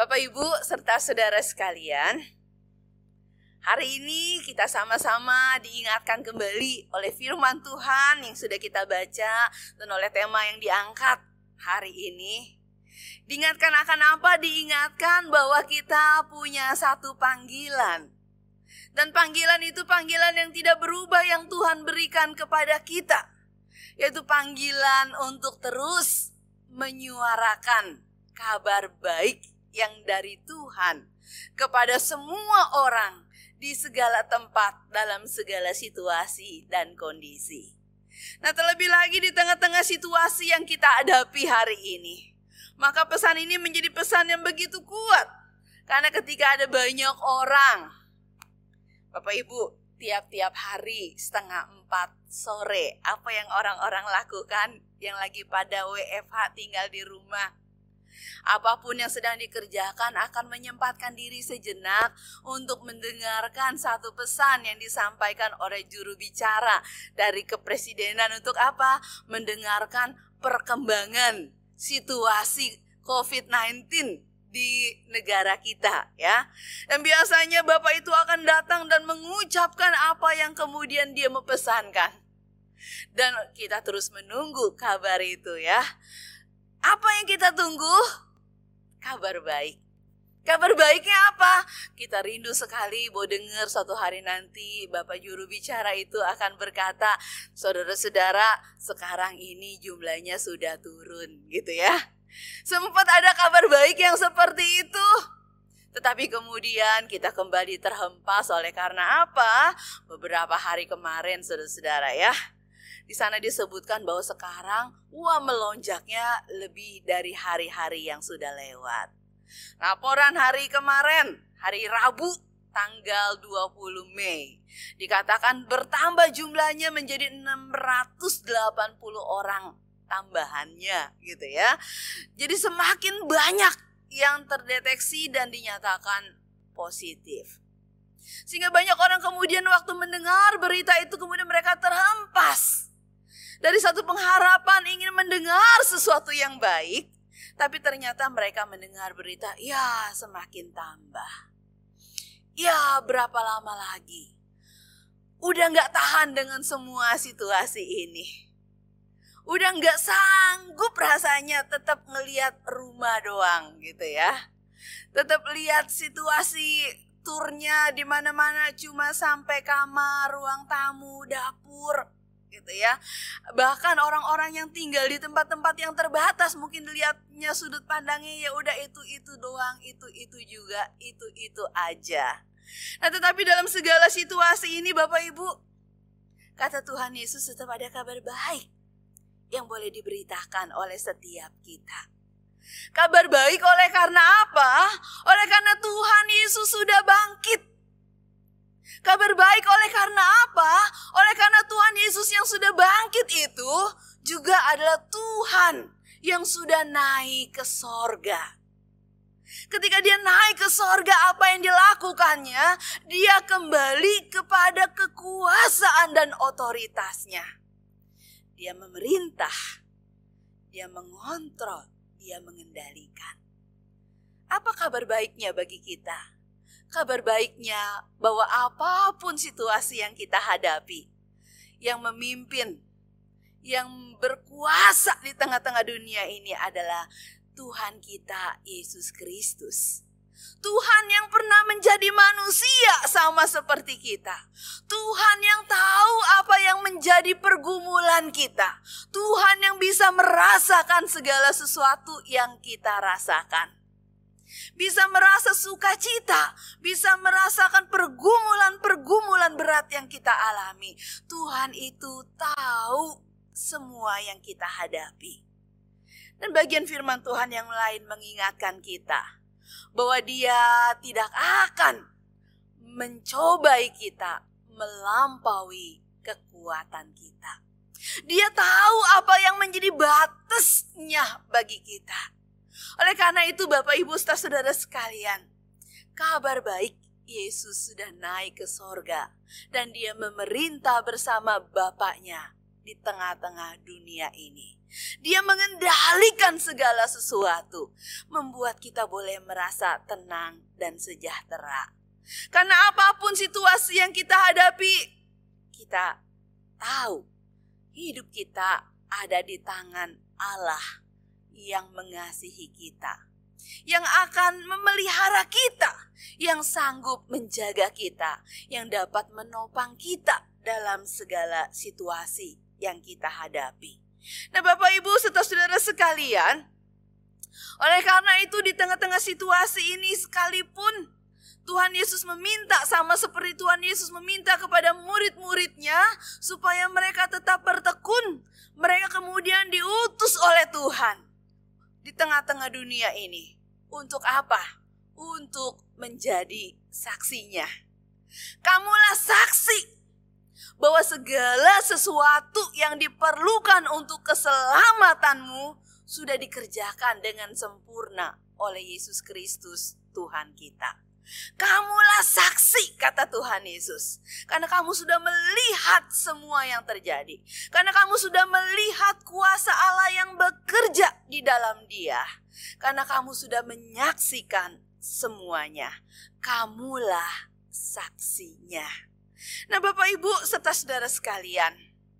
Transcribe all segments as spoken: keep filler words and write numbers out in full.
Bapak Ibu serta saudara sekalian, hari ini kita sama-sama diingatkan kembali oleh firman Tuhan yang sudah kita baca dan oleh tema yang diangkat hari ini. Diingatkan akan apa? Diingatkan bahwa kita punya satu panggilan. Dan panggilan itu panggilan yang tidak berubah yang Tuhan berikan kepada kita. Yaitu panggilan untuk terus menyuarakan kabar baik yang dari Tuhan kepada semua orang di segala tempat dalam segala situasi dan kondisi. Nah, terlebih lagi di tengah-tengah situasi yang kita hadapi hari ini, maka pesan ini menjadi pesan yang begitu kuat. Karena ketika ada banyak orang, Bapak Ibu, tiap-tiap hari setengah empat sore, apa yang orang-orang lakukan yang lagi pada W F H tinggal di rumah? Apapun yang sedang dikerjakan akan menyempatkan diri sejenak untuk mendengarkan satu pesan yang disampaikan oleh juru bicara dari kepresidenan. Untuk apa? Mendengarkan perkembangan situasi covid sembilan belas di negara kita, ya. Dan biasanya Bapak itu akan datang dan mengucapkan apa yang kemudian dia mempesankan. Dan kita terus menunggu kabar itu, ya. Apa yang kita tunggu? Kabar baik. Kabar baiknya apa? Kita rindu sekali mau dengar suatu hari nanti Bapak juru bicara itu akan berkata, saudara-saudara, sekarang ini jumlahnya sudah turun, gitu ya. Sempat ada kabar baik yang seperti itu. Tetapi kemudian kita kembali terhempas oleh karena apa? Beberapa hari kemarin, saudara-saudara, ya. Di sana disebutkan bahwa sekarang wah melonjaknya lebih dari hari-hari yang sudah lewat. Laporan hari kemarin, hari Rabu tanggal dua puluh Mei, dikatakan bertambah jumlahnya menjadi enam ratus delapan puluh orang tambahannya, gitu ya. Jadi semakin banyak yang terdeteksi dan dinyatakan positif. Sehingga banyak orang kemudian waktu mendengar berita itu kemudian mereka terhempas dari satu pengharapan ingin mendengar sesuatu yang baik, tapi ternyata mereka mendengar berita, ya semakin tambah. Ya berapa lama lagi? Udah gak tahan dengan semua situasi ini. Udah gak sanggup rasanya tetap ngelihat rumah doang gitu ya. Tetap lihat situasi turnya di mana-mana cuma sampai kamar, ruang tamu, dapur. Gitu ya. Bahkan orang-orang yang tinggal di tempat-tempat yang terbatas mungkin lihatnya sudut pandangnya ya udah itu-itu doang, itu-itu juga, itu-itu aja. Nah, tetapi dalam segala situasi ini Bapak Ibu, kata Tuhan Yesus tetap ada kabar baik yang boleh diberitakan oleh setiap kita. Kabar baik oleh karena apa? Oleh karena Tuhan Yesus sudah bangkit. Kabar baik oleh karena apa? Oleh karena Tuhan Yesus yang sudah bangkit itu juga adalah Tuhan yang sudah naik ke sorga. Ketika dia naik ke sorga, apa yang dilakukannya? Dia kembali kepada kekuasaan dan otoritasnya. Dia memerintah, dia mengontrol, dia mengendalikan. Apa kabar baiknya bagi kita? Kabar baiknya bahwa apapun situasi yang kita hadapi, yang memimpin, yang berkuasa di tengah-tengah dunia ini adalah Tuhan kita Yesus Kristus. Tuhan yang pernah menjadi manusia sama seperti kita. Tuhan yang tahu apa yang menjadi pergumulan kita. Tuhan yang bisa merasakan segala sesuatu yang kita rasakan. Bisa merasa sukacita, bisa merasakan pergumulan-pergumulan berat yang kita alami. Tuhan itu tahu semua yang kita hadapi. Dan bagian firman Tuhan yang lain mengingatkan kita bahwa Dia tidak akan mencobai kita melampaui kekuatan kita. Dia tahu apa yang menjadi batasnya bagi kita. Oleh karena itu Bapak Ibu serta saudara sekalian, kabar baik Yesus sudah naik ke sorga dan dia memerintah bersama Bapaknya di tengah-tengah dunia ini. Dia mengendalikan segala sesuatu, membuat kita boleh merasa tenang dan sejahtera. Karena apapun situasi yang kita hadapi, kita tahu hidup kita ada di tangan Allah yang mengasihi kita, yang akan memelihara kita, yang sanggup menjaga kita, yang dapat menopang kita dalam segala situasi yang kita hadapi. Nah, Bapak Ibu serta saudara sekalian, oleh karena itu di tengah-tengah situasi ini sekalipun Tuhan Yesus meminta, sama seperti Tuhan Yesus meminta kepada murid-muridnya supaya mereka tetap bertekun. Mereka kemudian diutus oleh Tuhan di tengah-tengah dunia ini. Untuk apa? Untuk menjadi saksinya. Kamulah saksi bahwa segala sesuatu yang diperlukan untuk keselamatanmu sudah dikerjakan dengan sempurna oleh Yesus Kristus Tuhan kita. Kamulah saksi, kata Tuhan Yesus, karena kamu sudah melihat semua yang terjadi, karena kamu sudah melihat kuasa Allah yang bekerja di dalam Dia, karena kamu sudah menyaksikan semuanya. Kamulah saksinya. Nah, Bapak Ibu serta saudara sekalian,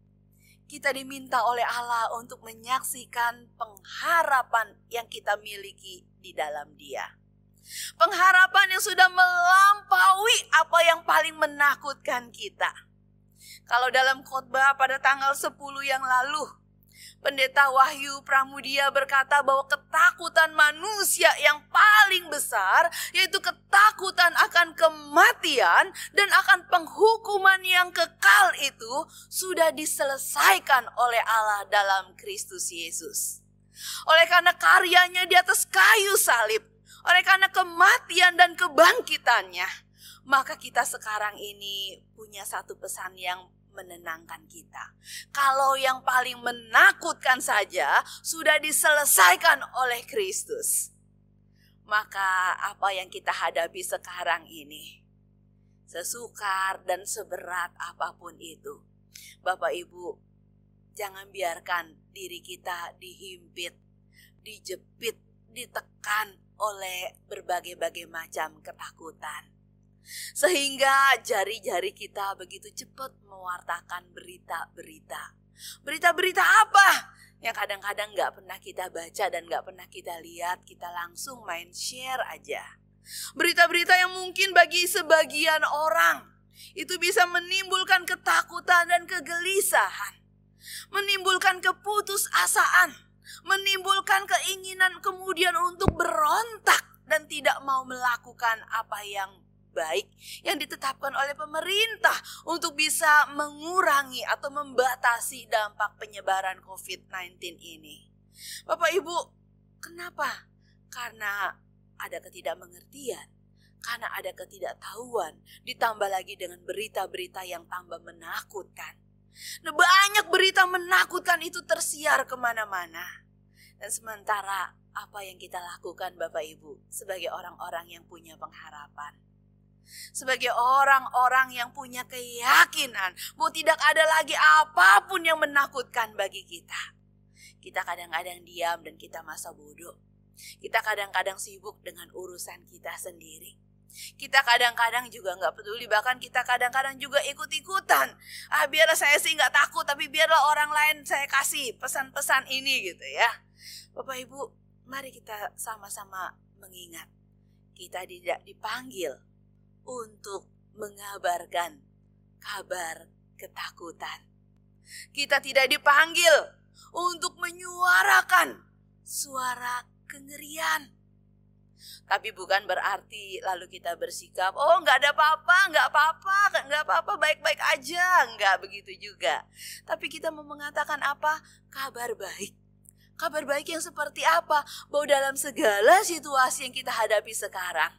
kita diminta oleh Allah untuk menyaksikan pengharapan yang kita miliki di dalam Dia. Pengharapan yang sudah melampaui apa yang paling menakutkan kita. Kalau dalam khotbah pada tanggal sepuluh yang lalu, Pendeta Wahyu Pramudia berkata bahwa ketakutan manusia yang paling besar yaitu ketakutan akan kematian dan akan penghukuman yang kekal itu sudah diselesaikan oleh Allah dalam Kristus Yesus. Oleh karena karyanya di atas kayu salib, oleh karena kematian dan kebangkitannya, maka kita sekarang ini punya satu pesan yang menenangkan kita. Kalau yang paling menakutkan saja sudah diselesaikan oleh Kristus, maka apa yang kita hadapi sekarang ini, sesukar dan seberat apapun itu, Bapak Ibu, jangan biarkan diri kita dihimpit, dijepit, ditekan oleh berbagai-bagai macam ketakutan. Sehingga jari-jari kita begitu cepat mewartakan berita-berita. Berita-berita apa? Yang kadang-kadang gak pernah kita baca dan gak pernah kita lihat, kita langsung main share aja. Berita-berita yang mungkin bagi sebagian orang itu bisa menimbulkan ketakutan dan kegelisahan, menimbulkan keputusasaan, menimbulkan keinginan kemudian untuk berontak dan tidak mau melakukan apa yang baik yang ditetapkan oleh pemerintah untuk bisa mengurangi atau membatasi dampak penyebaran covid sembilan belas ini. Bapak Ibu, kenapa? Karena ada ketidakmengertian, karena ada ketidaktahuan, ditambah lagi dengan berita-berita yang tambah menakutkan. Nah, banyak berita menakutkan itu tersiar kemana-mana. Dan sementara apa yang kita lakukan Bapak Ibu sebagai orang-orang yang punya pengharapan, sebagai orang-orang yang punya keyakinan bahwa tidak ada lagi apapun yang menakutkan bagi kita, kita kadang-kadang diam dan kita masa bodoh. Kita kadang-kadang sibuk dengan urusan kita sendiri. Kita kadang-kadang juga gak peduli, bahkan kita kadang-kadang juga ikut-ikutan. Ah, biarlah saya sih gak takut, tapi biarlah orang lain saya kasih pesan-pesan ini gitu ya. Bapak Ibu, mari kita sama-sama mengingat, kita tidak dipanggil untuk mengabarkan kabar ketakutan. Kita tidak dipanggil untuk menyuarakan suara kengerian. Tapi bukan berarti lalu kita bersikap, oh nggak ada apa-apa, nggak apa-apa, nggak apa-apa, baik-baik aja. Nggak begitu juga. Tapi kita mau mengatakan apa? Kabar baik. Kabar baik yang seperti apa? Bahwa dalam segala situasi yang kita hadapi sekarang,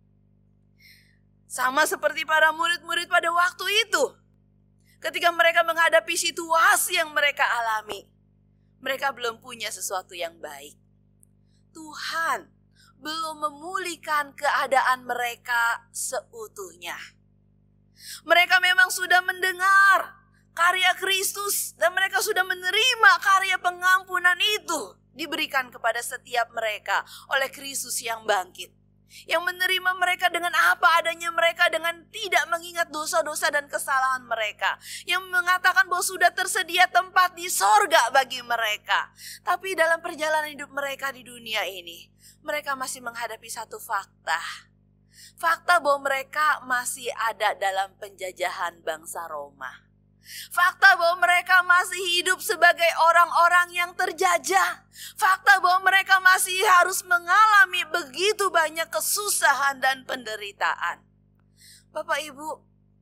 sama seperti para murid-murid pada waktu itu, ketika mereka menghadapi situasi yang mereka alami, mereka belum punya sesuatu yang baik. Tuhan belum memulihkan keadaan mereka seutuhnya. Mereka memang sudah mendengar karya Kristus dan mereka sudah menerima karya pengampunan itu diberikan kepada setiap mereka oleh Kristus yang bangkit. Yang menerima mereka dengan apa adanya mereka, dengan tidak mengingat dosa-dosa dan kesalahan mereka. Yang mengatakan bahwa sudah tersedia tempat di sorga bagi mereka. Tapi dalam perjalanan hidup mereka di dunia ini, mereka masih menghadapi satu fakta. Fakta bahwa mereka masih ada dalam penjajahan bangsa Roma. Fakta bahwa mereka masih hidup sebagai orang-orang yang terjajah. Fakta bahwa mereka masih harus mengalami begitu banyak kesusahan dan penderitaan. Bapak Ibu,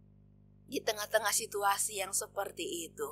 di tengah-tengah situasi yang seperti itu,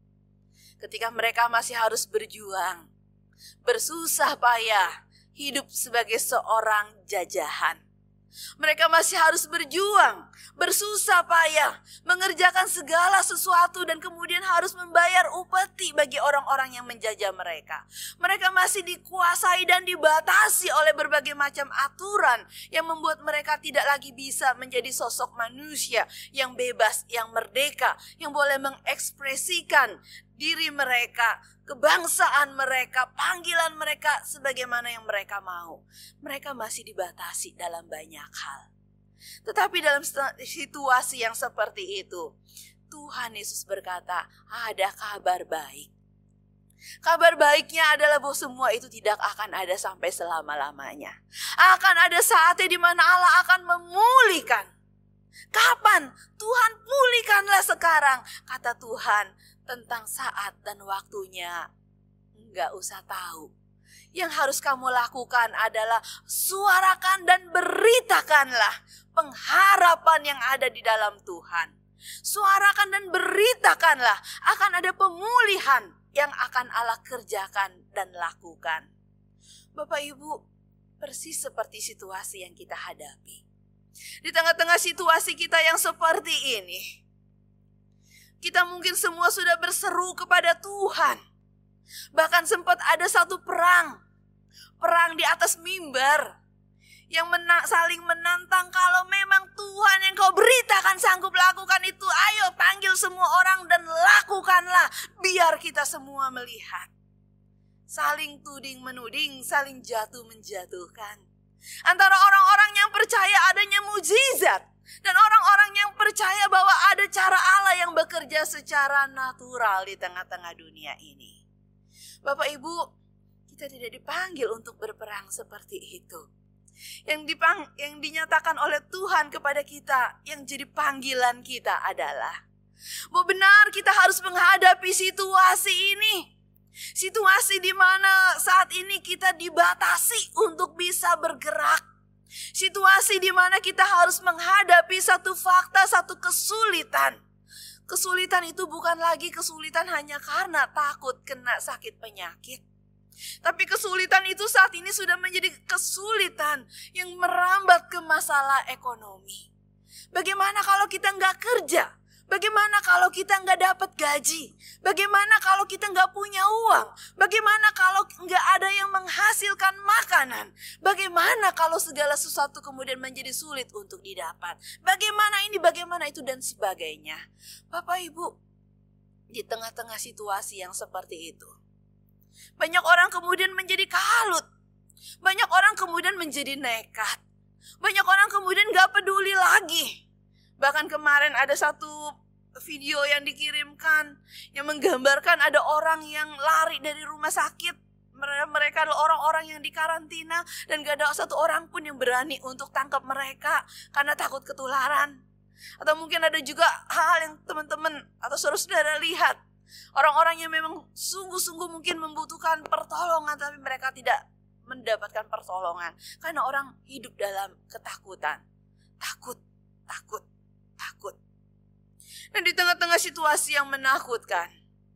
ketika mereka masih harus berjuang, bersusah payah, hidup sebagai seorang jajahan. Mereka masih harus berjuang, bersusah payah, mengerjakan segala sesuatu dan kemudian harus membayar upeti bagi orang-orang yang menjajah mereka. Mereka masih dikuasai dan dibatasi oleh berbagai macam aturan yang membuat mereka tidak lagi bisa menjadi sosok manusia yang bebas, yang merdeka, yang boleh mengekspresikan diri mereka, kebangsaan mereka, panggilan mereka sebagaimana yang mereka mau. Mereka masih dibatasi dalam banyak hal. Tetapi dalam situasi yang seperti itu, Tuhan Yesus berkata, ada kabar baik. Kabar baiknya adalah bahwa semua itu tidak akan ada sampai selama-lamanya. Akan ada saatnya di mana Allah akan memulihkan. Kapan? Tuhan, pulihkanlah sekarang. Kata Tuhan, tentang saat dan waktunya enggak usah tahu. Yang harus kamu lakukan adalah suarakan dan beritakanlah pengharapan yang ada di dalam Tuhan. Suarakan dan beritakanlah akan ada pemulihan yang akan Allah kerjakan dan lakukan. Bapak Ibu, persis seperti situasi yang kita hadapi. Di tengah-tengah situasi kita yang seperti ini, kita mungkin semua sudah berseru kepada Tuhan. Bahkan sempat ada satu perang. Perang di atas mimbar. Yang mena- saling menantang, kalau memang Tuhan yang kau beritakan sanggup lakukan itu, ayo panggil semua orang dan lakukanlah. Biar kita semua melihat. Saling tuding menuding, saling jatuh menjatuhkan. Antara orang-orang yang percaya adanya mujizat dan orang-orang yang percaya bahwa ada cara Allah yang bekerja secara natural di tengah-tengah dunia ini. Bapak Ibu, kita tidak dipanggil untuk berperang seperti itu. Yang dipang, yang dinyatakan oleh Tuhan kepada kita, yang jadi panggilan kita adalah bahwa benar kita harus menghadapi situasi ini. Situasi di mana saat ini kita dibatasi untuk bisa bergerak. Situasi di mana kita harus menghadapi satu fakta, satu kesulitan. Kesulitan itu bukan lagi kesulitan hanya karena takut kena sakit penyakit. Tapi kesulitan itu saat ini sudah menjadi kesulitan yang merambat ke masalah ekonomi. Bagaimana kalau kita nggak kerja? Bagaimana kalau kita nggak dapat gaji? Bagaimana kalau kita nggak punya uang? Bagaimana kalau nggak ada yang menghasilkan makanan? Bagaimana kalau segala sesuatu kemudian menjadi sulit untuk didapat? Bagaimana ini, bagaimana itu, dan sebagainya. Bapak Ibu, di tengah-tengah situasi yang seperti itu, banyak orang kemudian menjadi kalut. Banyak orang kemudian menjadi nekat. Banyak orang kemudian nggak peduli lagi. Bahkan kemarin ada satu video yang dikirimkan yang menggambarkan ada orang yang lari dari rumah sakit. Mereka adalah orang-orang yang dikarantina dan gak ada satu orang pun yang berani untuk tangkap mereka karena takut ketularan. Atau mungkin ada juga hal yang teman-teman atau saudara-saudara lihat. Orang-orang yang memang sungguh-sungguh mungkin membutuhkan pertolongan tapi mereka tidak mendapatkan pertolongan karena orang hidup dalam ketakutan. Takut, takut. Takut. Dan di tengah-tengah situasi yang menakutkan,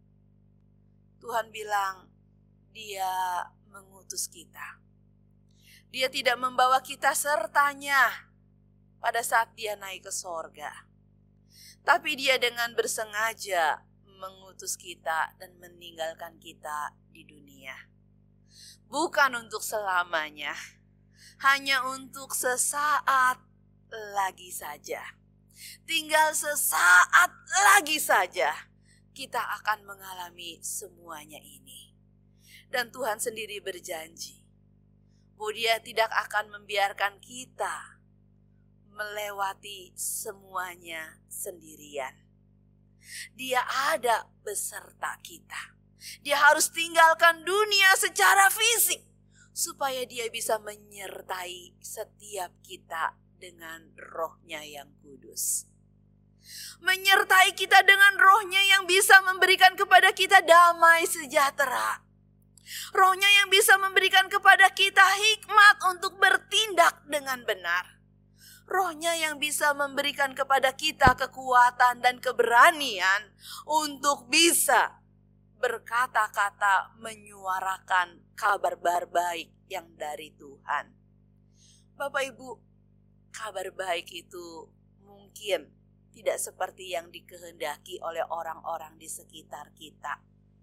Tuhan bilang, Dia mengutus kita. Dia tidak membawa kita sertanya pada saat Dia naik ke sorga. Tapi Dia dengan bersengaja mengutus kita dan meninggalkan kita di dunia. Bukan untuk selamanya, hanya untuk sesaat lagi saja. Tinggal sesaat lagi saja. kita akan mengalami semuanya ini. Dan Tuhan sendiri berjanji bahwa Dia tidak akan membiarkan kita melewati semuanya sendirian. Dia ada beserta kita. Dia harus tinggalkan dunia secara fisik supaya Dia bisa menyertai setiap kita dengan Roh-Nya yang kudus. Menyertai kita dengan Roh-Nya yang bisa memberikan kepada kita damai sejahtera. Roh-Nya yang bisa memberikan kepada kita hikmat untuk bertindak dengan benar. Roh-Nya yang bisa memberikan kepada kita kekuatan dan keberanian untuk bisa berkata-kata menyuarakan kabar baik yang dari Tuhan. Bapak Ibu, kabar baik itu mungkin tidak seperti yang dikehendaki oleh orang-orang di sekitar kita.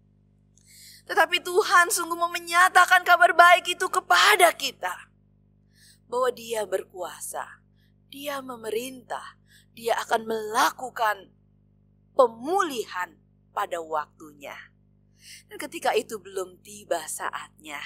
Tetapi Tuhan sungguh mau menyatakan kabar baik itu kepada kita. Bahwa Dia berkuasa. Dia memerintah, Dia akan melakukan pemulihan pada waktunya. Dan ketika itu belum tiba saatnya,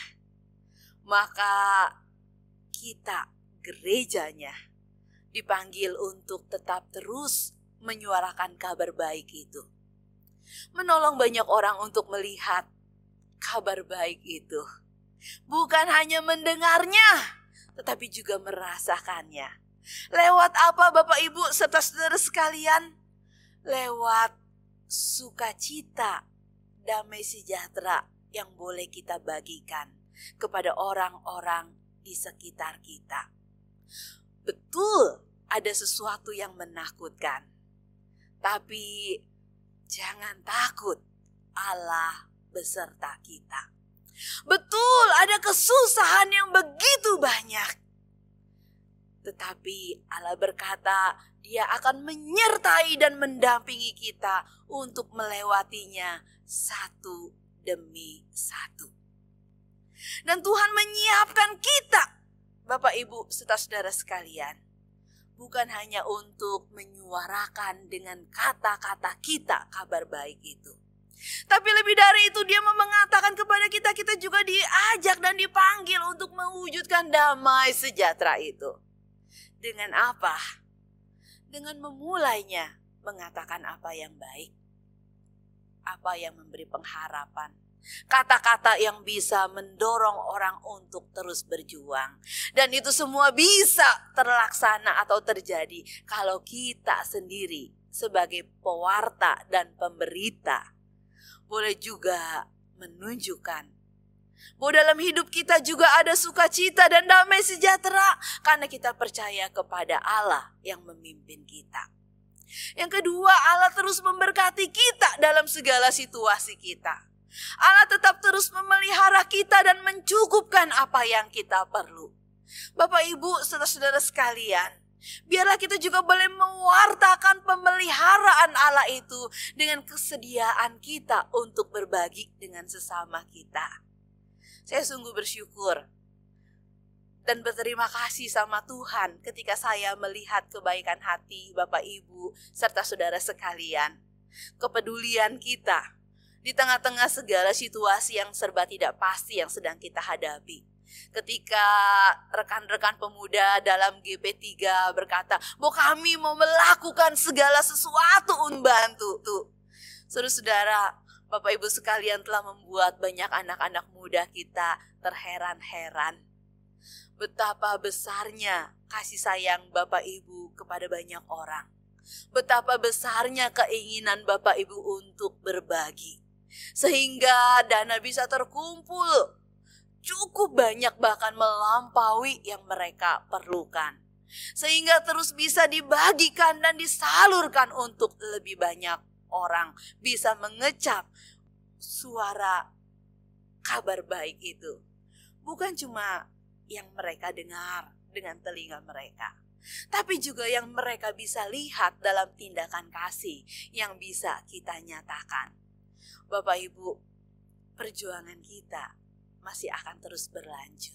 maka kita, gerejanya, dipanggil untuk tetap terus menyuarakan kabar baik itu. Menolong banyak orang untuk melihat kabar baik itu. Bukan hanya mendengarnya, tetapi juga merasakannya. Lewat apa Bapak Ibu serta saudara sekalian? Lewat sukacita, damai sejahtera yang boleh kita bagikan kepada orang-orang di sekitar kita. Betul, ada sesuatu yang menakutkan. Tapi jangan takut, Allah beserta kita. Betul, ada kesusahan yang begitu banyak. Tetapi Allah berkata, Dia akan menyertai dan mendampingi kita untuk melewatinya satu demi satu. Dan Tuhan menyiapkan kita, Bapak Ibu serta saudara sekalian, bukan hanya untuk menyuarakan dengan kata-kata kita kabar baik itu. Tapi lebih dari itu Dia mau mengatakan kepada kita, kita juga diajak dan dipanggil untuk mewujudkan damai sejahtera itu. Dengan apa? Dengan memulainya mengatakan apa yang baik. Apa yang memberi pengharapan. Kata-kata yang bisa mendorong orang untuk terus berjuang. Dan itu semua bisa terlaksana atau terjadi kalau kita sendiri sebagai pewarta dan pemberita boleh juga menunjukkan bahwa dalam hidup kita juga ada sukacita dan damai sejahtera karena kita percaya kepada Allah yang memimpin kita. Yang kedua, Allah terus memberkati kita dalam segala situasi kita. Allah tetap terus memelihara kita dan mencukupkan apa yang kita perlu. Bapak Ibu serta saudara sekalian, biarlah kita juga boleh mewartakan pemeliharaan Allah itu dengan kesediaan kita untuk berbagi dengan sesama kita. Saya sungguh bersyukur dan berterima kasih sama Tuhan ketika saya melihat kebaikan hati Bapak Ibu serta saudara sekalian. Kepedulian kita di tengah-tengah segala situasi yang serba tidak pasti yang sedang kita hadapi. Ketika rekan-rekan pemuda dalam G P tiga berkata, bahwa kami mau melakukan segala sesuatu untuk membantu tuh. Saudara-saudara, Bapak Ibu sekalian telah membuat banyak anak-anak muda kita terheran-heran. Betapa besarnya kasih sayang Bapak Ibu kepada banyak orang. Betapa besarnya keinginan Bapak Ibu untuk berbagi. Sehingga dana bisa terkumpul. Cukup banyak bahkan melampaui yang mereka perlukan. Sehingga terus bisa dibagikan dan disalurkan untuk lebih banyak orang bisa mengecap suara kabar baik itu. Bukan cuma yang mereka dengar dengan telinga mereka, tapi juga yang mereka bisa lihat dalam tindakan kasih yang bisa kita nyatakan. Bapak Ibu, perjuangan kita masih akan terus berlanjut.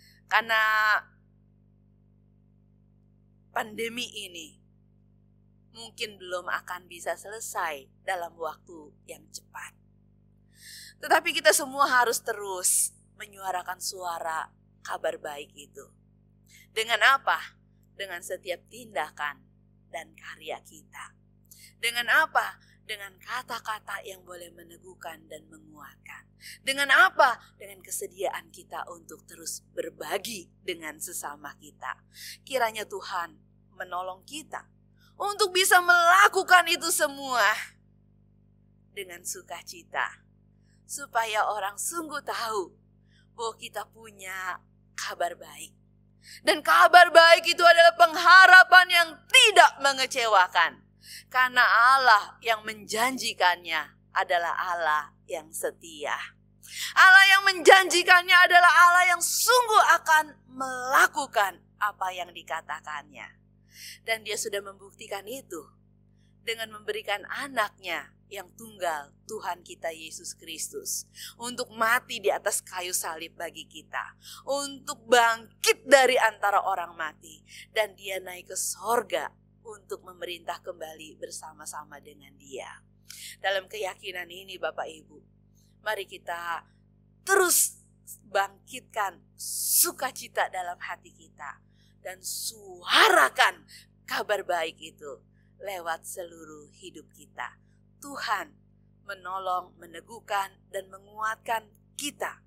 Karena pandemi ini mungkin belum akan bisa selesai dalam waktu yang cepat. Tetapi kita semua harus terus menyuarakan suara kabar baik itu. Dengan apa? Dengan setiap tindakan dan karya kita. Dengan apa? Dengan kata-kata yang boleh meneguhkan dan menguatkan. Dengan apa? Dengan kesediaan kita untuk terus berbagi dengan sesama kita. Kiranya Tuhan menolong kita untuk bisa melakukan itu semua dengan sukacita. Supaya orang sungguh tahu bahwa kita punya kabar baik. Dan kabar baik itu adalah pengharapan yang tidak mengecewakan. Karena Allah yang menjanjikannya adalah Allah yang setia. Allah yang menjanjikannya adalah Allah yang sungguh akan melakukan apa yang dikatakannya. Dan dia sudah membuktikan itu dengan memberikan anaknya yang tunggal, Tuhan kita Yesus Kristus, untuk mati di atas kayu salib bagi kita, untuk bangkit dari antara orang mati, dan dia naik ke sorga untuk memerintah kembali bersama-sama dengan dia. Dalam keyakinan ini Bapak Ibu, mari kita terus bangkitkan sukacita dalam hati kita dan suarakan kabar baik itu lewat seluruh hidup kita. Tuhan menolong, meneguhkan, dan menguatkan kita